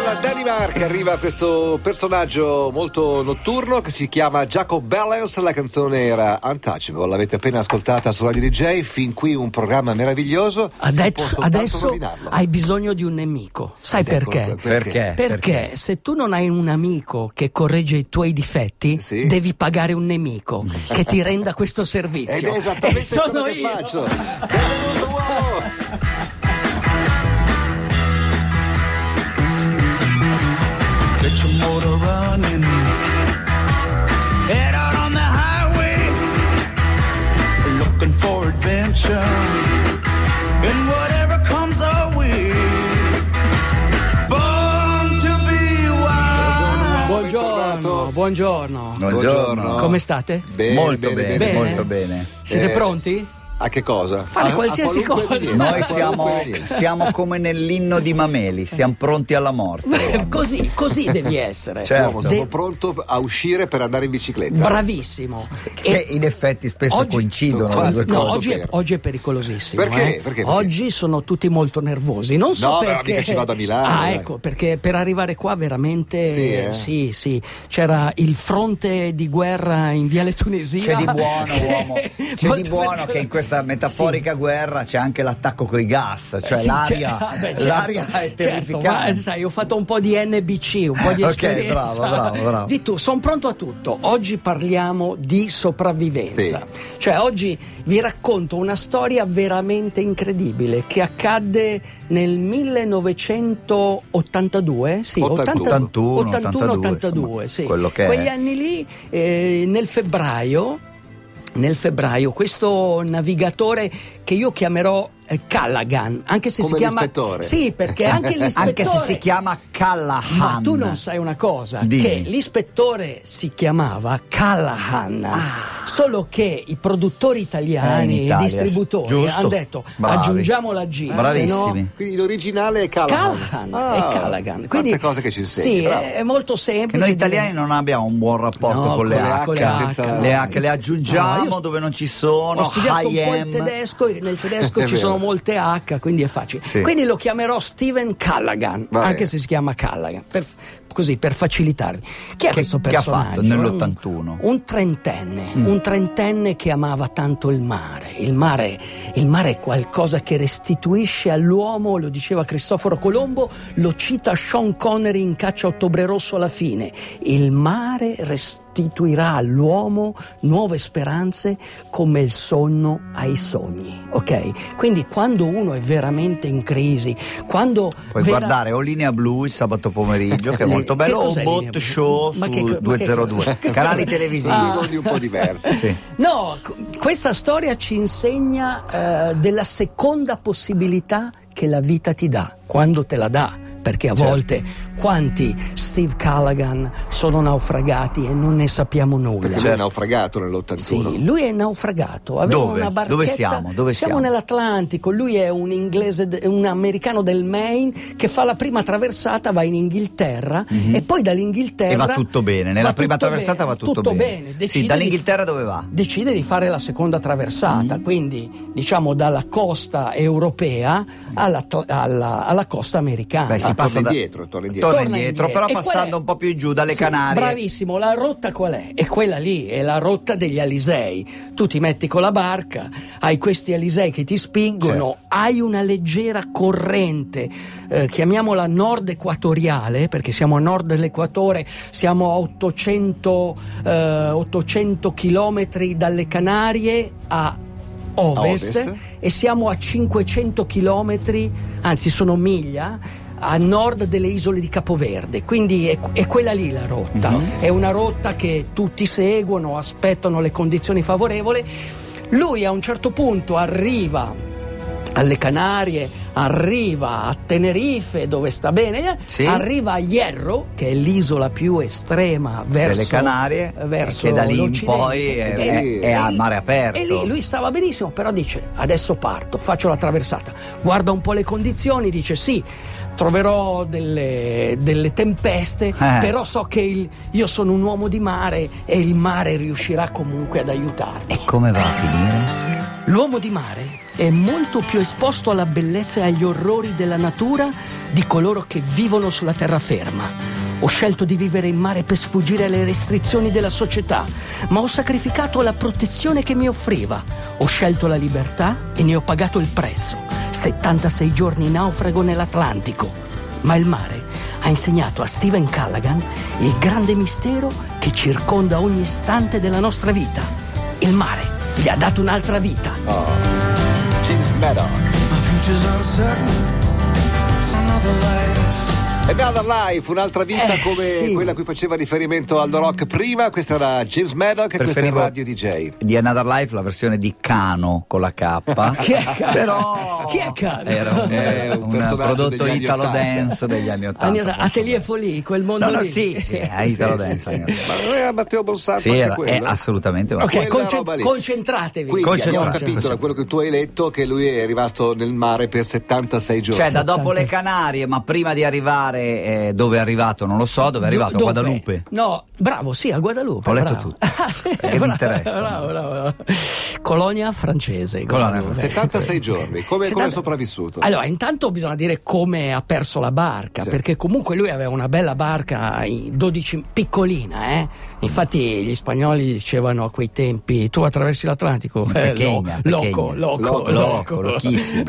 Dalla Danimarca arriva questo personaggio molto notturno che si chiama Jacob Bellens. La canzone era Untouchable, l'avete appena ascoltata su Radio DJ. Fin qui un programma meraviglioso. Adesso hai bisogno di un nemico. Sai perché? Perché se tu non hai un amico che corregge i tuoi difetti, sì, devi pagare un nemico che ti renda questo servizio. Ed è esattamente quello che faccio. Benvenuto uomo! Get your motor running, head out on the highway, looking for adventure, and whatever comes our way, born to be wild. Buongiorno. Come state? Molto bene. Siete pronti? A che cosa? Fare qualsiasi cosa. Noi siamo come nell'inno di Mameli, siamo pronti alla morte. Così devi essere. Certo. Siamo pronto a uscire per andare in bicicletta. Bravissimo. Che in effetti spesso coincidono le due cose. Oggi è pericolosissimo. Perché? Oggi sono tutti molto nervosi. Non so perché. Mica ci vado a Milano. Ecco, perché per arrivare qua veramente sì. C'era il fronte di guerra in Viale Tunesia. C'è di buono, uomo. C'è di buono che in questa metaforica guerra c'è anche l'attacco coi gas, cioè l'aria è terrificante. Certo, sai, ho fatto un po' di NBC, un po' di esperienza. Bravo. Di tu, sono pronto a tutto. Oggi parliamo di sopravvivenza. Sì. Cioè oggi vi racconto una storia veramente incredibile che accadde nel 1982, 81-82, sì. Quello che quegli anni lì, nel febbraio questo navigatore che io chiamerò Callaghan, anche se come si chiama l'ispettore. Sì, perché anche l'ispettore anche se si chiama Callahan. Ma tu non sai una cosa, che l'ispettore si chiamava Callahan, solo che i produttori italiani, i distributori hanno detto aggiungiamo la G. Bravissimi. Quindi l'originale è Callahan. È Callaghan. Quindi cose che ci insegni. Sì, è molto semplice. Che noi italiani non abbiamo un buon rapporto con le H. Le H le aggiungiamo dove non ci sono. Ho studiato un po' il tedesco e nel tedesco ci sono molte H, quindi è facile. Sì. Quindi lo chiamerò Steven Callaghan, anche se si chiama Callaghan, per facilitarvi. Chi è questo personaggio? Che ha fatto nell'81? Un trentenne che amava tanto il mare. Il mare è qualcosa che restituisce all'uomo, lo diceva Cristoforo Colombo, lo cita Sean Connery in Caccia a Ottobre Rosso alla fine. Il mare restituirà all'uomo nuove speranze come il sonno ai sogni, ok? Quindi quando uno è veramente in crisi, quando puoi guardare o Linea Blu il sabato pomeriggio, che è molto bello, o Bot Show su 202 canali televisivi di un po' diversi. Sì. No, questa storia ci insegna della seconda possibilità che la vita ti dà quando te la dà, perché a volte quanti Steve Callaghan sono naufragati e non ne sappiamo nulla. Perché lui è naufragato nell'81. Sì, lui è naufragato. Aveva una barchetta. Dove siamo? Nell'Atlantico. Lui è un inglese, un americano del Maine che fa la prima traversata, va in Inghilterra e poi dall'Inghilterra. E va tutto bene. Nella prima traversata va tutto bene. Sì, dall'Inghilterra dove va? Decide di fare la seconda traversata, quindi diciamo dalla costa europea alla costa americana. Si passa torna indietro, però passando un po' più in giù dalle Canarie. Bravissimo, la rotta qual è? È quella lì, è la rotta degli Alisei. Tu ti metti con la barca, hai questi Alisei che ti spingono, hai una leggera corrente, chiamiamola nord equatoriale, perché siamo a nord dell'equatore, siamo a 800 chilometri dalle Canarie a ovest. E siamo a 500 chilometri, anzi sono miglia, a nord delle isole di Capoverde, quindi è quella lì la rotta. È una rotta che tutti seguono, aspettano le condizioni favorevoli. Lui a un certo punto arriva alle Canarie, arriva a Tenerife dove sta bene, arriva a Hierro, che è l'isola più estrema verso le Canarie, verso che da lì in poi è a mare aperto. E lì lui stava benissimo, però dice adesso parto, faccio la traversata, guarda un po' le condizioni, dice sì, troverò delle tempeste, però so che io sono un uomo di mare e il mare riuscirà comunque ad aiutarmi. E come va a finire? L'uomo di mare è molto più esposto alla bellezza e agli orrori della natura di coloro che vivono sulla terraferma. Ho scelto di vivere in mare per sfuggire alle restrizioni della società, ma ho sacrificato la protezione che mi offriva. Ho scelto la libertà e ne ho pagato il prezzo. 76 giorni naufrago nell'Atlantico. Ma il mare ha insegnato a Stephen Callaghan il grande mistero che circonda ogni istante della nostra vita. Il mare gli ha dato un'altra vita. James Maddox. Another Life, un'altra vita come quella a cui faceva riferimento Aldo Rock prima. Questa era James Maddox e questa è Radio DJ. Di Another Life la versione di Cano con la K. Chi è Cano? Però chi è Cano? Era un prodotto Italo Dance degli anni 80. Atelier Folie, quel mondo lì. Sì, Italo Dance. Ma non era Matteo Bonsanto? Sì, è assolutamente vero. Ok, concentratevi. Quindi abbiamo capito da quello che tu hai letto che lui è rimasto nel mare per 76 giorni. Cioè da dopo le Canarie, ma prima di arrivare dove è arrivato non lo so, dove è arrivato? A Guadalupe? No, bravo, sì, a Guadalupe. Ho letto tutto. Perché mi interessa. Bravo. Colonia francese. 76 giorni, come è sopravvissuto? Allora, intanto bisogna dire come ha perso la barca, perché comunque lui aveva una bella barca 12 piccolina, Infatti gli spagnoli dicevano a quei tempi: tu attraversi l'Atlantico, loco, locchissimo,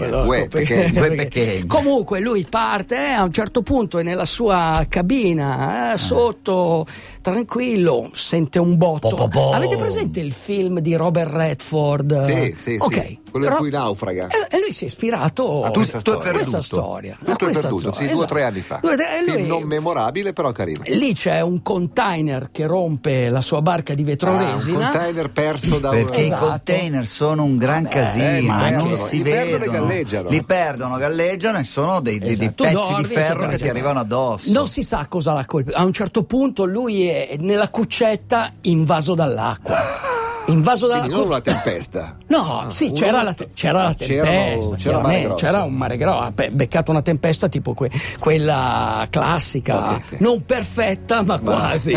perché comunque lui parte a un certo punto è nella sua cabina sotto, tranquillo, sente un botto. Avete presente il film di Robert Redford? Sì, ok, quello in cui naufraga, e lui si è ispirato a questa storia. Tutto è perduto, sì, 2 o 3 anni fa. Film non memorabile, però carino. Lì c'è un container che rompe la sua barca di vetroresina. Un container perso da perché i container sono un gran casino, ma non si vedono. Li perdono, galleggiano e sono dei pezzi di ferro che ti arrivano addosso. Non si sa cosa l'ha colpito. A un certo punto lui è nella cuccetta invaso dall'acqua. Non una tempesta. No, sì, c'era la tempesta. C'era un mare grosso. Ha beccato una tempesta tipo quella classica, non perfetta, ma quasi.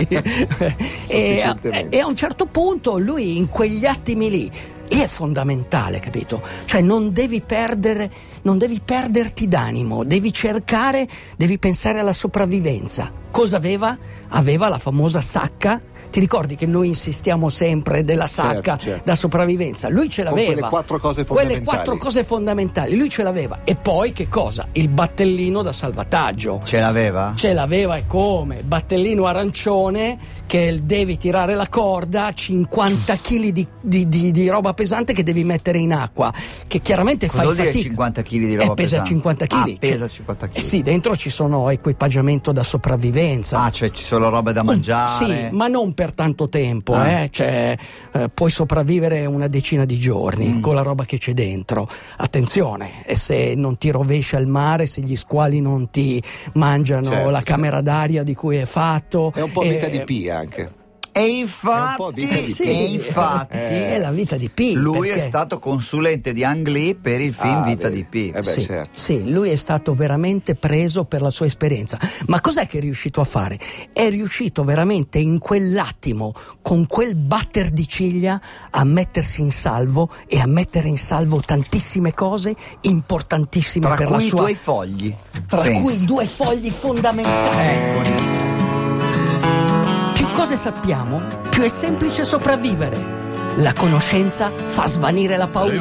E a un certo punto lui, in quegli attimi lì è fondamentale, capito? Cioè non devi perderti d'animo, devi pensare alla sopravvivenza. Cosa aveva? Aveva la famosa sacca. Ti ricordi che noi insistiamo sempre della sacca da sopravvivenza? Lui ce l'aveva. Con quelle 4 cose fondamentali. Lui ce l'aveva. E poi che cosa? Il battellino da salvataggio. Ce l'aveva? Ce l'aveva, e come? Battellino arancione che devi tirare la corda, 50 kg di roba pesante che devi mettere in acqua, che chiaramente fai fatica. 50 kg di roba pesa pesante? 50 kg. Pesa 50 kg. Sì, dentro ci sono equipaggiamento da sopravvivenza. Cioè ci sono robe da mangiare. Sì, ma non per tanto tempo, Cioè, puoi sopravvivere una decina di giorni con la roba che c'è dentro. Attenzione, e se non ti rovescia il mare, se gli squali non ti mangiano la camera d'aria di cui è fatto. È un po' vita di P anche. E infatti è la vita di P. Lui è stato consulente di Ang Lee per il film Vita di P. Sì, lui è stato veramente preso per la sua esperienza. Ma cos'è che è riuscito a fare? È riuscito veramente in quell'attimo, con quel batter di ciglia, a mettersi in salvo e a mettere in salvo tantissime cose importantissime per la sua. Tra cui 2 fogli. Cui 2 fogli fondamentali. Eccoli. Più cose sappiamo, più è semplice sopravvivere. La conoscenza fa svanire la paura.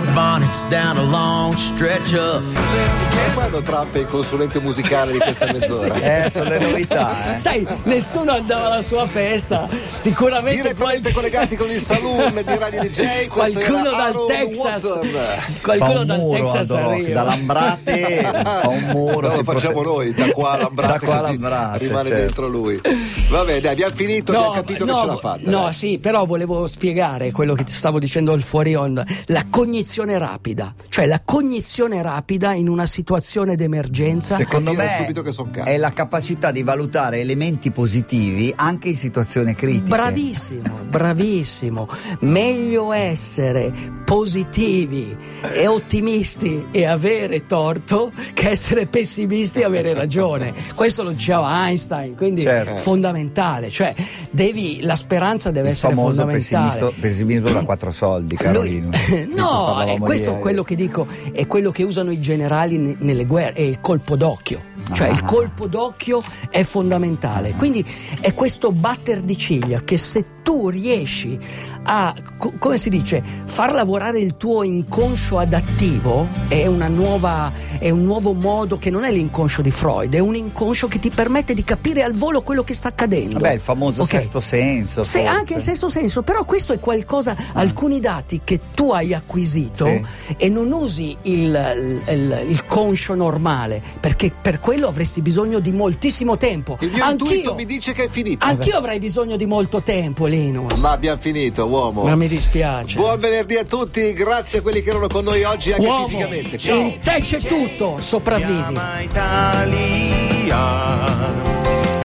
Quando Trump è il consulente musicale di questa mezz'ora. Sono le novità. Sai, nessuno andava alla sua festa. Sicuramente direttamente collegati con il saloon di Radio DJ. Qualcuno dal Texas. Qualcuno dal Texas arriva. Da Lambrate fa un muro. Lo facciamo noi, da qua a Lambrate, rimane dentro lui. Vabbè, dai, abbiamo finito, abbiamo capito che ce l'ha fatta. No, sì, però volevo spiegare quello che ti stavo dicendo al fuori onda, la cognizione rapida, cioè la cognizione rapida in una situazione d'emergenza. Secondo me subito che è la capacità di valutare elementi positivi anche in situazioni critiche. Bravissimo. Meglio essere positivi e ottimisti e avere torto che essere pessimisti e avere ragione. Questo lo diceva Einstein, quindi fondamentale, cioè la speranza deve essere fondamentale. Pessimismo da 4 soldi, Carolino. No, è questo quello che dico, è quello che usano i generali nelle guerre, è il colpo d'occhio. Cioè il colpo d'occhio è fondamentale, quindi è questo batter di ciglia che se tu riesci a, come si dice, far lavorare il tuo inconscio adattivo, è un nuovo modo che non è l'inconscio di Freud, è un inconscio che ti permette di capire al volo quello che sta accadendo. Vabbè, il famoso sesto senso. Sì, anche il sesto senso, però questo è qualcosa, alcuni dati che tu hai acquisito e non usi il conscio normale, perché per quello avresti bisogno di moltissimo tempo. Il mio intuito mi dice che è finito. Anch'io avrei bisogno di molto tempo, Linus. Ma abbiamo finito, uomo. Ma mi dispiace. Buon venerdì a tutti, grazie a quelli che erano con noi oggi anche fisicamente. Ciao. In te c'è tutto, sopravvivi. Italia.